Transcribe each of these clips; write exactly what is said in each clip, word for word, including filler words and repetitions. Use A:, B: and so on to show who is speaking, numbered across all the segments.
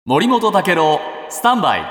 A: 森本武郎スタンバイ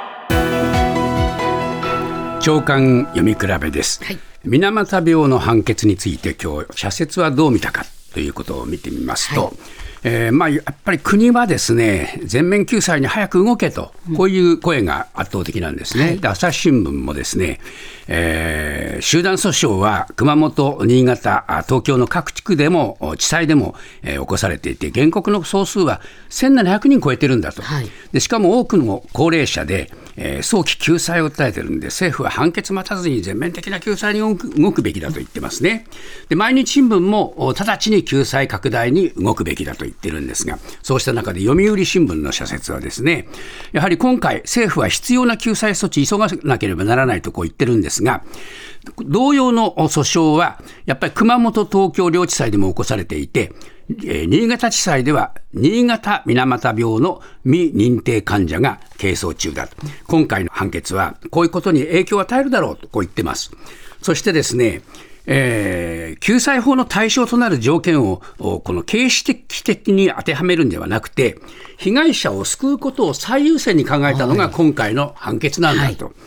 B: 長官読み比べです、
C: はい、
B: 水俣病の判決について今日社説はどう見たかということを見てみますと、はい、えーまあ、やっぱり国はですね全面救済に早く動けと、こういう声が圧倒的なんですね、はい、で朝日新聞もですね、えー、集団訴訟は熊本、新潟、東京の各地区でも地裁でも、えー、起こされていて、原告の総数はせんななひゃくにん超えてるんだと、はい、でしかも多くの高齢者で、えー、早期救済を訴えてるんで、政府は判決待たずに全面的な救済に動く、動くべきだと言ってますね。で毎日新聞も直ちに救済拡大に動くべきだと言ってるんですが、そうした中で読売新聞の社説はですね、やはり今回政府は必要な救済措置急がなければならないとこう言ってるんですが、同様の訴訟はやっぱり熊本、東京両地裁でも起こされていて、えー、新潟地裁では新潟水俣病の未認定患者が係争中だと。今回の判決はこういうことに影響を与えるだろうとこう言ってます。そしてですね、えー、救済法の対象となる条件をこの形式的に当てはめるんではなくて、被害者を救うことを最優先に考えたのが今回の判決なんだと、はい、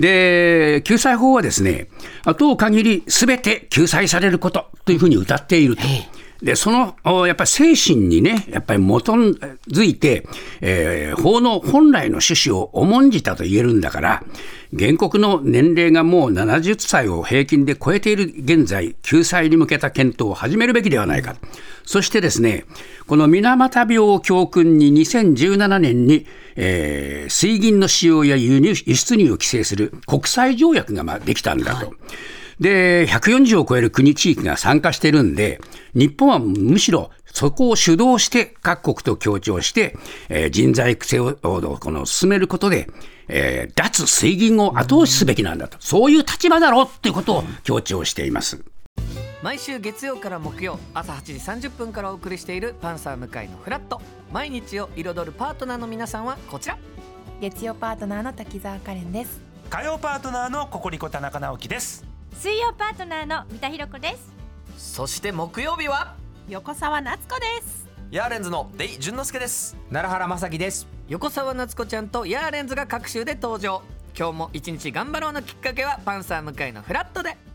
B: で救済法はですね、当限りすべて救済されることというふうに謳っていると。でそのやっぱり精神にね、やっぱり基づいて、えー、法の本来の趣旨を重んじたと言えるんだから、原告の年齢がもうななじゅっさいを平均で超えている現在、救済に向けた検討を始めるべきではないか。そしてですね、この水俣病を教訓ににせんじゅうななねんに、えー、水銀の使用や輸入輸出入を規制する国際条約がまあできたんだと、はい、でひゃくよんじゅうを超える国地域が参加してるんで、日本はむしろそこを主導して各国と協調して、えー、人材育成をこの進めることで、えー、脱水銀を後押しすべきなんだと、そういう立場だろうということを強調しています。
C: 毎週月曜から木曜朝はちじさんじゅっぷんからお送りしているパンサー向井のフラット。毎日を彩るパートナーの皆さんはこちら。
D: 月曜パートナーの滝沢カレンです。
E: 火曜パートナーのココリコ田中直樹です。
F: 水曜パートナーの三田寛子です。
C: そして木曜日は
F: 横澤夏子です。
G: ヤーレンズのデイ淳之介です。
H: 奈良原正樹です。
C: 横澤夏子ちゃんとヤーレンズが各週で登場。今日も一日頑張ろうのきっかけはパンサー向井のフラットで。